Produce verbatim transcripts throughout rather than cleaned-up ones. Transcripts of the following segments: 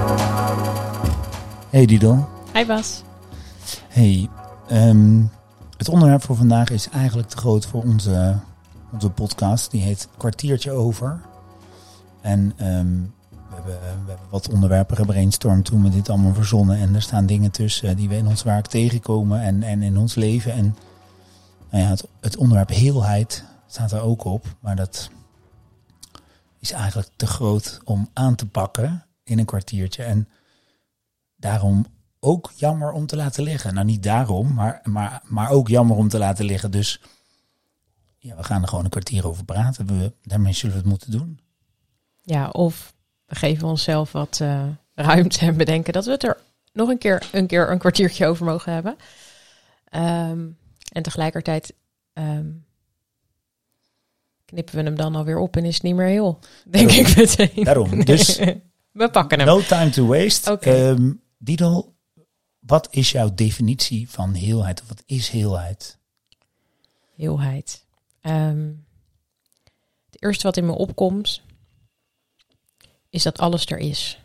Hey Didel. Hi Bas. Hey, um, het onderwerp voor vandaag is eigenlijk te groot voor onze, onze podcast. Die heet Kwartiertje Over. En um, we, hebben, we hebben wat onderwerpen gebrainstormd toen we dit allemaal verzonnen. En er staan dingen tussen die we in ons werk tegenkomen en, en in ons leven. En nou ja, het, het onderwerp heelheid staat er ook op. Maar dat is eigenlijk te groot om aan te pakken in een kwartiertje. En daarom ook jammer om te laten liggen. Nou, niet daarom, maar, maar, maar ook jammer om te laten liggen. Dus ja, we gaan er gewoon een kwartier over praten. We, daarmee zullen we het moeten doen. Ja, of we geven onszelf wat uh, ruimte en bedenken dat we het er nog een keer een, keer een kwartiertje over mogen hebben. Um, en tegelijkertijd um, knippen we hem dan alweer op en is het niet meer heel, denk daarom, ik meteen. Daarom, dus we pakken hem. No time to waste. Okay. Um, Didel, wat is jouw definitie van heelheid? Of wat is heelheid? Heelheid. Um, het eerste wat in me opkomt is dat alles er is.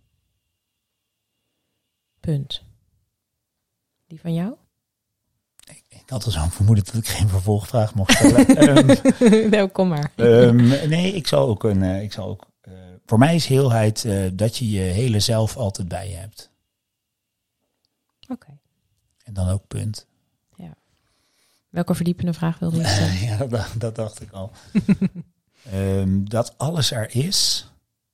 Punt. Die van jou? Ik, ik had al zo'n vermoeden dat ik geen vervolgvraag mocht stellen. um, nou, kom maar. Um, nee, ik zal ook een. Uh, ik zal ook. Uh, voor mij is heelheid uh, dat je je hele zelf altijd bij je hebt. Oké. Okay. En dan ook punt. Ja. Welke verdiepende vraag wilde je stellen? ja, dat, dat dacht ik al. um, dat alles er is.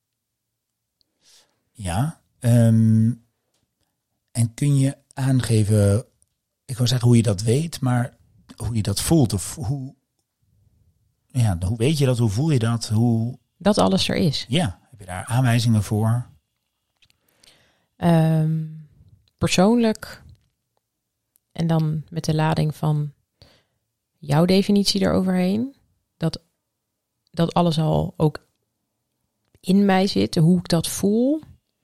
Ja. Um, en kun je aangeven, ik wil zeggen hoe je dat weet, maar hoe je dat voelt. Of hoe, ja, hoe weet je dat? Hoe voel je dat? Hoe... Dat alles er is. Ja. Heb je daar aanwijzingen voor? Um, persoonlijk, en dan met de lading van jouw definitie eroverheen, dat, dat alles al ook in mij zit, hoe ik dat voel.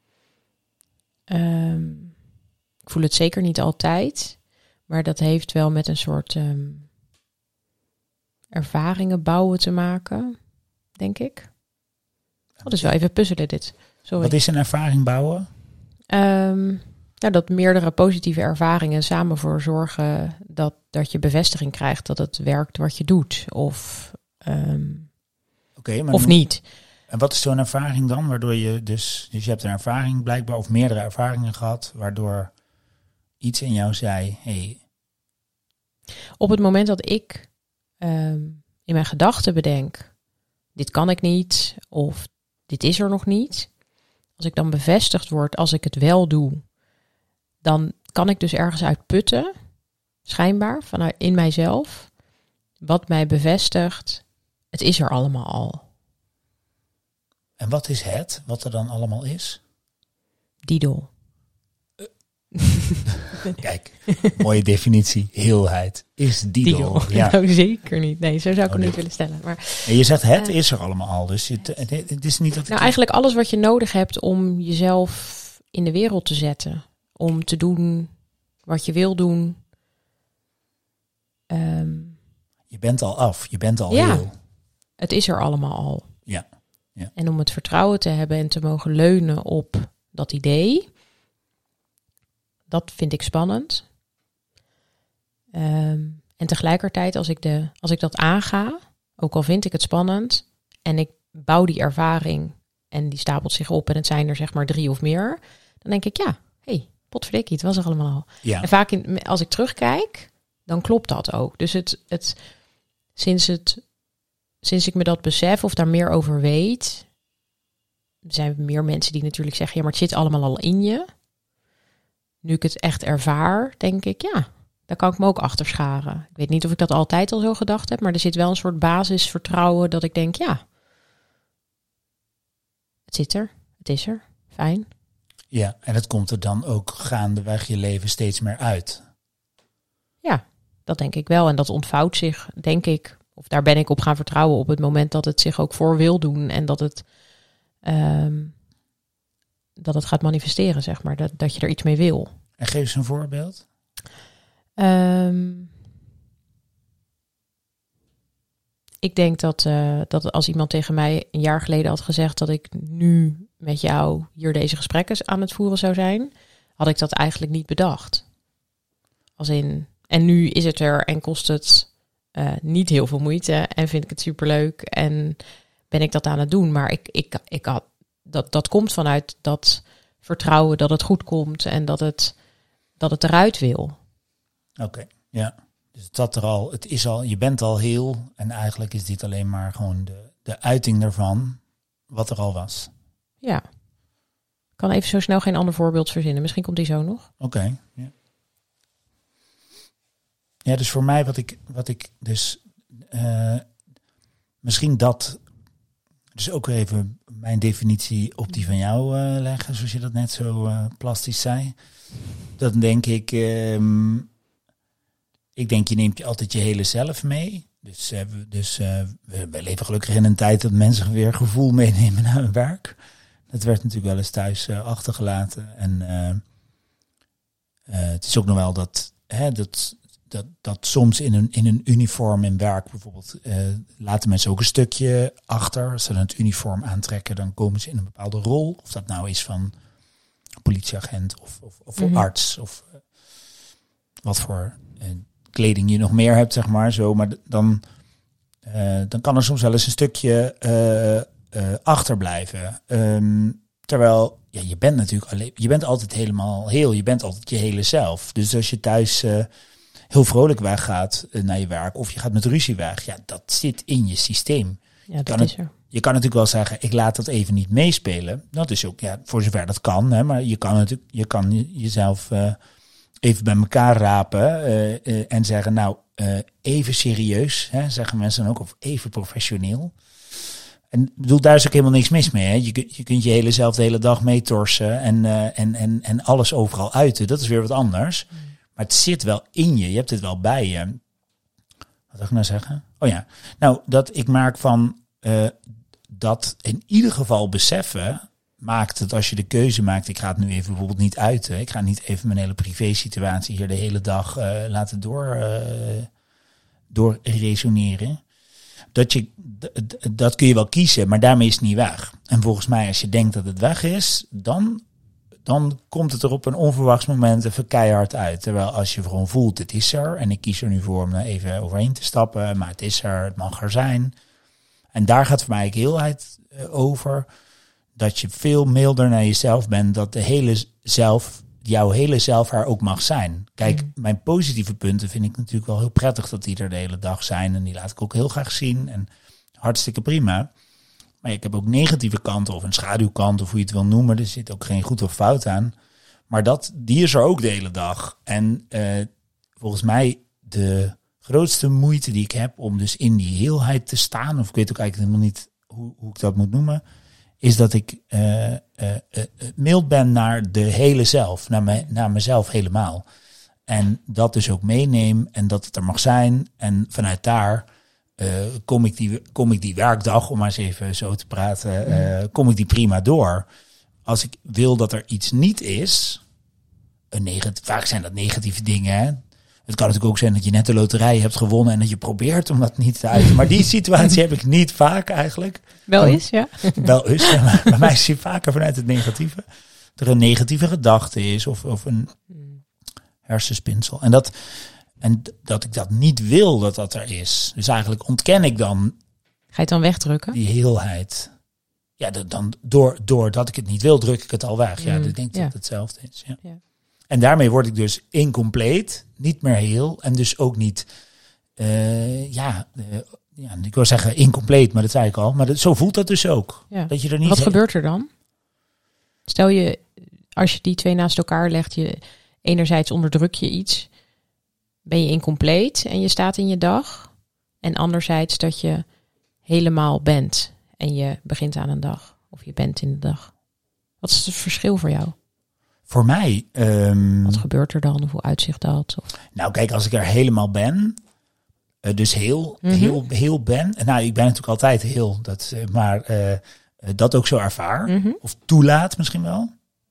Um, ik voel het zeker niet altijd, maar dat heeft wel met een soort um, ervaringen bouwen te maken, denk ik. Dat is wel even puzzelen dit. Sorry. Wat is een ervaring bouwen? Um, nou, dat meerdere positieve ervaringen samen voor zorgen dat, dat je bevestiging krijgt dat het werkt wat je doet. Of, um, okay, maar of no- niet. En wat is zo'n ervaring dan? Waardoor je dus, dus je hebt een ervaring blijkbaar of meerdere ervaringen gehad, waardoor iets in jou zei, hey. Op het moment dat ik um, in mijn gedachten bedenk, dit kan ik niet, of dit is er nog niet. Als ik dan bevestigd word, als ik het wel doe, dan kan ik dus ergens uit putten, schijnbaar, vanuit in mijzelf, wat mij bevestigt, het is er allemaal al. En wat is het, wat er dan allemaal is? Didel. Kijk, mooie definitie, heelheid is Didel. Didel. Ja. Nou, zeker niet. Nee, zo zou ik oh, hem niet dit. willen stellen. Maar, en je zegt, het uh, is er allemaal al, dus het, het, het is niet dat ik... Nou, eigenlijk alles wat je nodig hebt om jezelf in de wereld te zetten. Om te doen wat je wil doen. Um, je bent al af, je bent al ja, heel. Het is er allemaal al. Ja. Ja. En om het vertrouwen te hebben en te mogen leunen op dat idee, dat vind ik spannend. Um, en tegelijkertijd, als ik, de, als ik dat aanga, ook al vind ik het spannend, en ik bouw die ervaring en die stapelt zich op en het zijn er zeg maar drie of meer, dan denk ik, ja, hé, hey, potverdikkie, het was er allemaal al. Ja. En vaak in, als ik terugkijk, dan klopt dat ook. Dus het, het, sinds, het, sinds ik me dat besef of daar meer over weet, er zijn meer mensen die natuurlijk zeggen, ja, maar het zit allemaal al in je. Nu ik het echt ervaar, denk ik, ja, daar kan ik me ook achter scharen. Ik weet niet of ik dat altijd al zo gedacht heb, maar er zit wel een soort basisvertrouwen dat ik denk, ja, het zit er, het is er, fijn. Ja, en het komt er dan ook gaandeweg je leven steeds meer uit. Ja, dat denk ik wel. En dat ontvouwt zich, denk ik, of daar ben ik op gaan vertrouwen op het moment dat het zich ook voor wil doen en dat het, um, dat het gaat manifesteren, zeg maar, dat, dat je er iets mee wil. En geef eens een voorbeeld. Um, ik denk dat, uh, dat als iemand tegen mij een jaar geleden had gezegd dat ik nu met jou hier deze gesprekken aan het voeren zou zijn, had ik dat eigenlijk niet bedacht. Als in, en nu is het er en kost het uh, niet heel veel moeite en vind ik het superleuk en ben ik dat aan het doen. Maar ik, ik, ik had, dat, dat komt vanuit dat vertrouwen dat het goed komt en dat het, dat het eruit wil. Oké, okay, ja. Dus dat er al, het is al, je bent al heel en eigenlijk is dit alleen maar gewoon de, de uiting daarvan wat er al was. Ja. Ik kan even zo snel geen ander voorbeeld verzinnen. Misschien komt die zo nog. Oké, okay, ja. Ja, dus voor mij wat ik, wat ik dus, uh, misschien dat, dus ook weer even mijn definitie op die van jou uh, leggen, zoals je dat net zo uh, plastisch zei. Dan denk ik, um, ik denk je neemt je altijd je hele zelf mee. Dus, uh, dus uh, we, we leven gelukkig in een tijd dat mensen weer gevoel meenemen naar hun werk. Dat werd natuurlijk wel eens thuis uh, achtergelaten. En uh, uh, het is ook nog wel dat, hè, dat, dat, dat soms in een, in een uniform in werk bijvoorbeeld uh, laten mensen ook een stukje achter. Als ze dan het uniform aantrekken, dan komen ze in een bepaalde rol. Of dat nou is van politieagent of, of, of mm-hmm. arts of uh, wat voor uh, kleding je nog meer hebt, zeg maar. Zo, maar dan, uh, dan kan er soms wel eens een stukje Uh, Uh, achterblijven. Um, terwijl, ja, je bent natuurlijk alleen, je bent altijd helemaal heel, je bent altijd je hele zelf. Dus als je thuis uh, heel vrolijk weggaat uh, naar je werk of je gaat met ruzie weg, ja, dat zit in je systeem. Ja, dat kan is het, er. Je kan natuurlijk wel zeggen, ik laat dat even niet meespelen. Dat is ook, ja, voor zover dat kan, hè, maar je kan natuurlijk, je kan jezelf uh, even bij elkaar rapen uh, uh, en zeggen, nou, uh, even serieus, hè, zeggen mensen dan ook, of even professioneel. En ik bedoel, daar is ook helemaal niks mis mee. Hè? Je, je kunt je hele zelf de hele dag meetorsen en, uh, en, en, en alles overal uiten. Dat is weer wat anders. Mm. Maar het zit wel in je. Je hebt het wel bij je. Wat wil ik nou zeggen? Oh ja. Nou, dat ik maak van uh, dat in ieder geval beseffen maakt het als je de keuze maakt. Ik ga het nu even bijvoorbeeld niet uiten. Ik ga niet even mijn hele privé situatie hier de hele dag uh, laten door, uh, door resoneren. Dat, je, d- dat kun je wel kiezen, maar daarmee is het niet weg. En volgens mij, als je denkt dat het weg is, dan, dan komt het er op een onverwachts moment even keihard uit. Terwijl als je gewoon voelt, het is er. En ik kies er nu voor om er even overheen te stappen. Maar het is er, het mag er zijn. En daar gaat voor mij heelheid over. Dat je veel milder naar jezelf bent. Dat de hele zelf, jouw hele zelf er ook mag zijn. Kijk, mm. mijn positieve punten vind ik natuurlijk wel heel prettig dat die er de hele dag zijn. En die laat ik ook heel graag zien. En hartstikke prima. Maar ik heb ook negatieve kanten of een schaduwkant of hoe je het wil noemen. Er zit ook geen goed of fout aan. Maar dat, die is er ook de hele dag. En uh, volgens mij de grootste moeite die ik heb om dus in die heelheid te staan. Of ik weet ook eigenlijk helemaal niet hoe, hoe ik dat moet noemen. Is dat ik uh, uh, uh, mild ben naar de hele zelf, naar, me, naar mezelf helemaal. En dat dus ook meeneem en dat het er mag zijn. En vanuit daar uh, kom, ik die, kom ik die werkdag, om maar eens even zo te praten, uh, kom ik die prima door. Als ik wil dat er iets niet is, een negatief, vaak zijn dat negatieve dingen, hè? Het kan natuurlijk ook zijn dat je net de loterij hebt gewonnen en dat je probeert om dat niet te uiten. Maar die situatie heb ik niet vaak eigenlijk. Wel is, ja. Wel is, ja, maar bij mij is het vaker vanuit het negatieve. Er een negatieve gedachte is of, of een hersenspinsel. En dat, en dat ik dat niet wil dat dat er is. Dus eigenlijk ontken ik dan... Ga je het dan wegdrukken? Die heelheid. Ja, dan, door, doordat ik het niet wil, druk ik het al weg. Ja, mm, ik denk ja. dat het hetzelfde is. Ja. Ja. En daarmee word ik dus incompleet, niet meer heel. En dus ook niet, uh, ja, uh, ja, ik wil zeggen incompleet, maar dat zei ik al. Maar dat, zo voelt dat dus ook. Ja. Dat je er niet Wat he- gebeurt er dan? Stel je, als je die twee naast elkaar legt, je enerzijds onderdruk je iets, ben je incompleet en je staat in je dag. En anderzijds dat je helemaal bent en je begint aan een dag. Of je bent in de dag. Wat is het verschil voor jou? Voor mij... Um, Wat gebeurt er dan? Of hoe uitzicht dat? Of? Nou kijk, als ik er helemaal ben, uh, dus heel, mm-hmm. heel, heel ben. Nou, ik ben natuurlijk altijd heel, dat, uh, maar uh, uh, dat ook zo ervaar. Mm-hmm. Of toelaat misschien wel.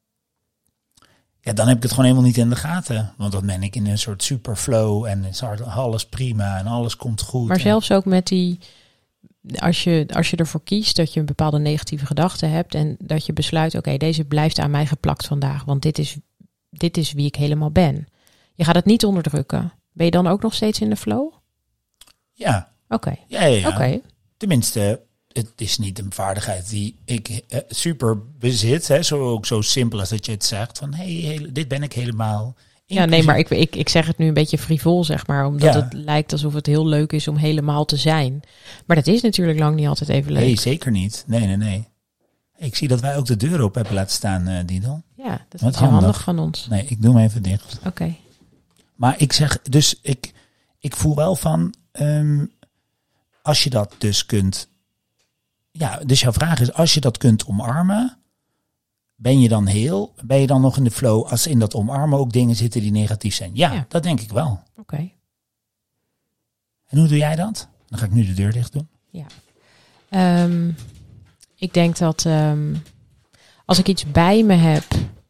Ja, dan heb ik het gewoon helemaal niet in de gaten. Want dan ben ik in een soort superflow en is alles prima en alles komt goed. Maar en... zelfs ook met die, als je, als je ervoor kiest dat je een bepaalde negatieve gedachte hebt en dat je besluit, oké, okay, deze blijft aan mij geplakt vandaag, want dit is, dit is wie ik helemaal ben. Je gaat het niet onderdrukken. Ben je dan ook nog steeds in de flow? Ja. Oké. Okay. Ja, ja, ja. Okay. Tenminste, het is niet een vaardigheid die ik eh, super bezit. Hè? Zo, ook zo simpel als dat je het zegt van, hé, hey, dit ben ik helemaal. Ja, nee, maar ik, ik, ik zeg het nu een beetje frivol, zeg maar. Omdat ja. het lijkt alsof het heel leuk is om helemaal te zijn. Maar dat is natuurlijk lang niet altijd even leuk. Nee, zeker niet. Nee, nee, nee. Ik zie dat wij ook de deur op hebben laten staan, uh, Didel. Ja, dat is heel handig van ons. Nee, ik doe hem even dicht. Oké. Okay. Maar ik zeg, dus ik, ik voel wel van, um, als je dat dus kunt... Ja, dus jouw vraag is, als je dat kunt omarmen... Ben je dan heel? Ben je dan nog in de flow als in dat omarmen ook dingen zitten die negatief zijn? Ja, ja. Dat denk ik wel. Oké. Okay. En hoe doe jij dat? Dan ga ik nu de deur dicht doen. Ja. Um, ik denk dat um, als ik iets bij me heb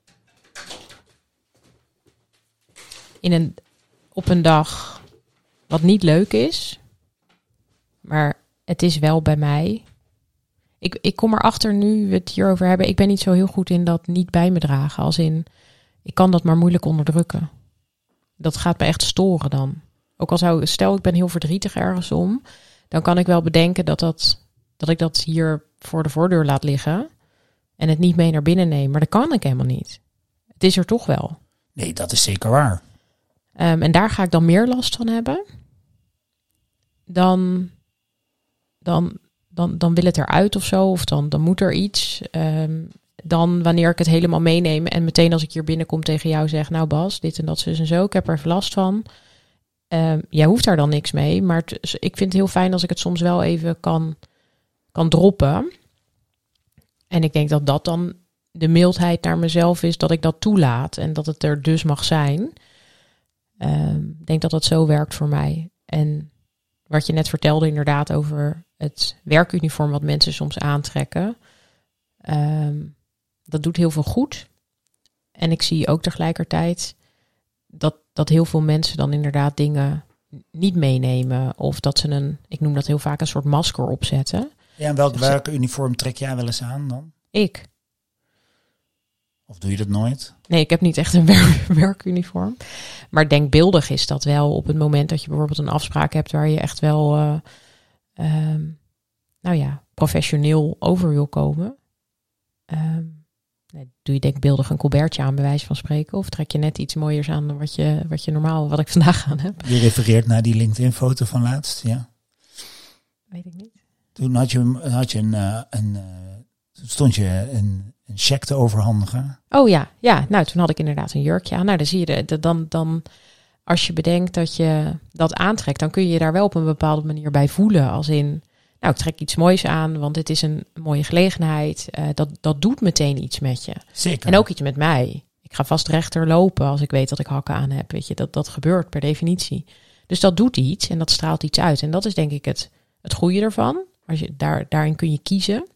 in een, op een dag wat niet leuk is, maar het is wel bij mij... Ik, ik kom erachter nu we het hierover hebben. Ik ben niet zo heel goed in dat niet bij me dragen. Als in, ik kan dat maar moeilijk onderdrukken. Dat gaat me echt storen dan. Ook al zou, stel ik ben heel verdrietig ergens om. Dan kan ik wel bedenken dat, dat, dat ik dat hier voor de voordeur laat liggen. En het niet mee naar binnen neem. Maar dat kan ik helemaal niet. Het is er toch wel. Nee, dat is zeker waar. Um, en daar ga ik dan meer last van hebben. Dan... dan Dan, dan wil het eruit of zo, of dan, dan moet er iets. Um, dan wanneer ik het helemaal meeneem en meteen als ik hier binnenkom tegen jou zeg... nou Bas, dit en dat, zus en zo, ik heb er even last van. Um, jij hoeft daar dan niks mee, maar het, ik vind het heel fijn als ik het soms wel even kan, kan droppen. En ik denk dat dat dan de mildheid naar mezelf is, dat ik dat toelaat en dat het er dus mag zijn. Um, ik denk dat dat zo werkt voor mij. En wat je net vertelde inderdaad over... het werkuniform wat mensen soms aantrekken. Um, dat doet heel veel goed. En ik zie ook tegelijkertijd dat, dat heel veel mensen dan inderdaad dingen niet meenemen. Of dat ze een, ik noem dat heel vaak, een soort masker opzetten. Ja, en welk dus werkuniform trek jij wel eens aan dan? Ik. Of doe je dat nooit? Nee, ik heb niet echt een werk, werkuniform. Maar denkbeeldig is dat wel op het moment dat je bijvoorbeeld een afspraak hebt waar je echt wel... Uh, Um, nou ja, professioneel over wil komen. Um, doe je denkbeeldig een colbertje aan, bij wijze van spreken? Of trek je net iets mooiers aan dan wat je, wat je normaal, wat ik vandaag aan heb? Je refereert naar die LinkedIn-foto van laatst, ja? Weet ik niet. Toen had je, had je een, uh, een uh, stond je een, een cheque te overhandigen. Oh ja, ja, nou toen had ik inderdaad een jurkje aan. Nou, dan zie je, de, de, dan... dan als je bedenkt dat je dat aantrekt, dan kun je je daar wel op een bepaalde manier bij voelen. Als in, nou, ik trek iets moois aan, want dit is een mooie gelegenheid. Uh, dat, dat doet meteen iets met je. Zeker. En ook iets met mij. Ik ga vast rechter lopen als ik weet dat ik hakken aan heb. Weet je, dat, dat gebeurt per definitie. Dus dat doet iets en dat straalt iets uit. En dat is denk ik het, het goede ervan. Als je, daar, daarin kun je kiezen.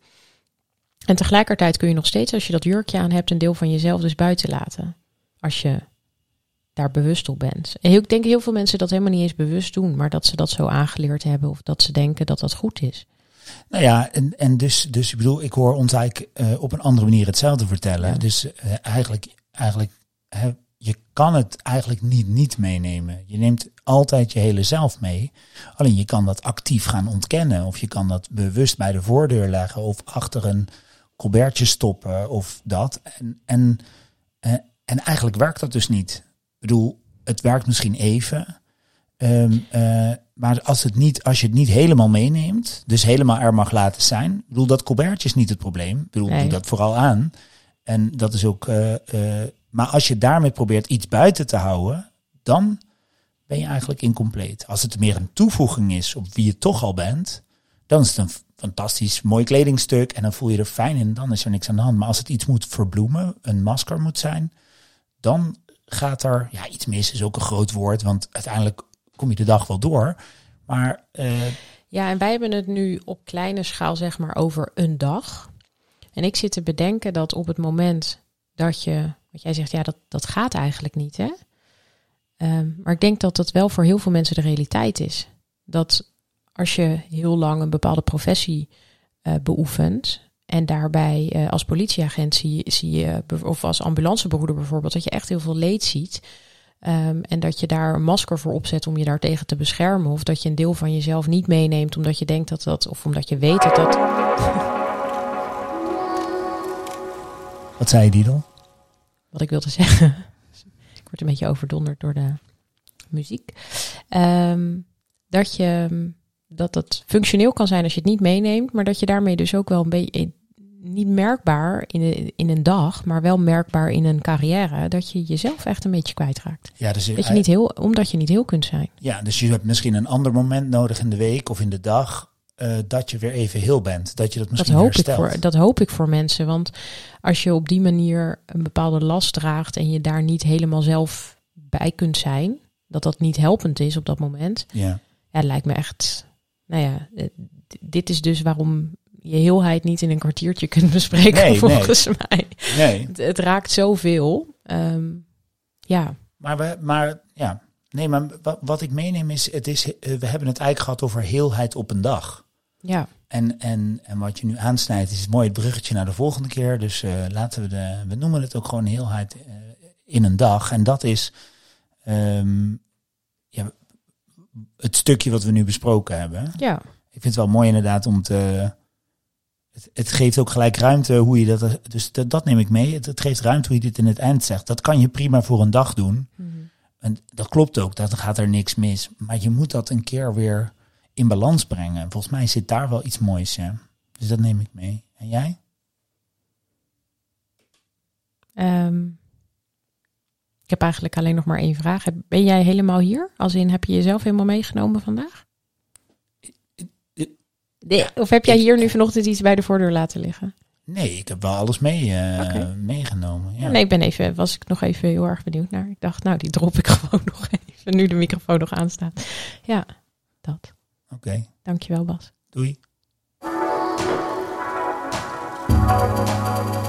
En tegelijkertijd kun je nog steeds, als je dat jurkje aan hebt, een deel van jezelf dus buiten laten. Als je daar bewust op bent. En ik denk heel veel mensen dat helemaal niet eens bewust doen, maar dat ze dat zo aangeleerd hebben of dat ze denken dat dat goed is. Nou ja, en, en dus, dus ik bedoel, ik hoor ons eigenlijk uh, op een andere manier hetzelfde vertellen. Ja. Dus uh, eigenlijk, eigenlijk uh, je kan het eigenlijk niet niet meenemen. Je neemt altijd je hele zelf mee. Alleen je kan dat actief gaan ontkennen of je kan dat bewust bij de voordeur leggen of achter een colbertje stoppen of dat. En, en, uh, en eigenlijk werkt dat dus niet. Ik bedoel, het werkt misschien even. Um, uh, maar als, het niet, als je het niet helemaal meeneemt, dus helemaal er mag laten zijn. Ik bedoel, dat colbertje is niet het probleem. Ik bedoel, nee. Doe dat vooral aan. En dat is ook... Uh, uh, maar als je daarmee probeert iets buiten te houden, dan ben je eigenlijk incompleet. Als het meer een toevoeging is op wie je toch al bent, dan is het een fantastisch mooi kledingstuk en dan voel je er fijn in. Dan is er niks aan de hand. Maar als het iets moet verbloemen, een masker moet zijn, dan gaat er, ja, iets mis is ook een groot woord, want uiteindelijk kom je de dag wel door. Maar uh, ja, en wij hebben het nu op kleine schaal, zeg maar, over een dag. En ik zit te bedenken dat op het moment dat je, wat jij zegt, ja, dat, dat gaat eigenlijk niet, hè? Um, maar ik denk dat dat wel voor heel veel mensen de realiteit is. Dat als je heel lang een bepaalde professie uh, beoefent en daarbij uh, als politieagent zie, zie je, of als ambulanceberoeder bijvoorbeeld, dat je echt heel veel leed ziet. Um, en dat je daar een masker voor opzet om je daartegen te beschermen. Of dat je een deel van jezelf niet meeneemt omdat je denkt dat dat, of omdat je weet dat dat... Wat zei je, Didel? Wat ik wilde zeggen. Ik word een beetje overdonderd door de muziek. Um, dat je dat dat functioneel kan zijn als je het niet meeneemt, maar dat je daarmee dus ook wel een beetje niet merkbaar in een, in een dag, maar wel merkbaar in een carrière, dat je jezelf echt een beetje kwijtraakt. Ja, dus dat je niet heel, omdat je niet heel kunt zijn. Ja, dus je hebt misschien een ander moment nodig in de week of in de dag, uh, dat je weer even heel bent. Dat je dat misschien dat hoop herstelt. Ik voor, dat hoop ik voor mensen, want als je op die manier een bepaalde last draagt en je daar niet helemaal zelf bij kunt zijn, dat dat niet helpend is op dat moment. Ja, ja lijkt me echt, nou ja, d- dit is dus waarom je heelheid niet in een kwartiertje kunt bespreken, nee, volgens nee. mij. Nee. Het, het raakt zoveel. Um, ja. Maar, we, maar, ja. Nee, maar wat, wat ik meeneem is, het is, we hebben het eigenlijk gehad over heelheid op een dag. Ja. En, en, en wat je nu aansnijdt is mooi het bruggetje naar de volgende keer. Dus uh, laten we de, we noemen het ook gewoon heelheid uh, in een dag. En dat is um, ja, het stukje wat we nu besproken hebben. Ja. Ik vind het wel mooi inderdaad om te... Het, het geeft ook gelijk ruimte hoe je dat... Dus dat, dat neem ik mee. Het, het geeft ruimte hoe je dit in het eind zegt. Dat kan je prima voor een dag doen. Mm-hmm. En dat klopt ook. Dat gaat er niks mis. Maar je moet dat een keer weer in balans brengen. Volgens mij zit daar wel iets moois. Hè? Dus dat neem ik mee. En jij? Um, ik heb eigenlijk alleen nog maar één vraag. Ben jij helemaal hier? Als in, heb je jezelf helemaal meegenomen vandaag? Nee. Of heb jij hier nu vanochtend iets bij de voordeur laten liggen? Nee, ik heb wel alles mee, uh, okay. meegenomen. Ja. Ja, nee, ik ben even, was ik nog even heel erg benieuwd naar. Ik dacht, nou, die drop ik gewoon nog even, nu de microfoon nog aanstaat. Ja, dat. Oké. Okay. Dankjewel, Bas. Doei.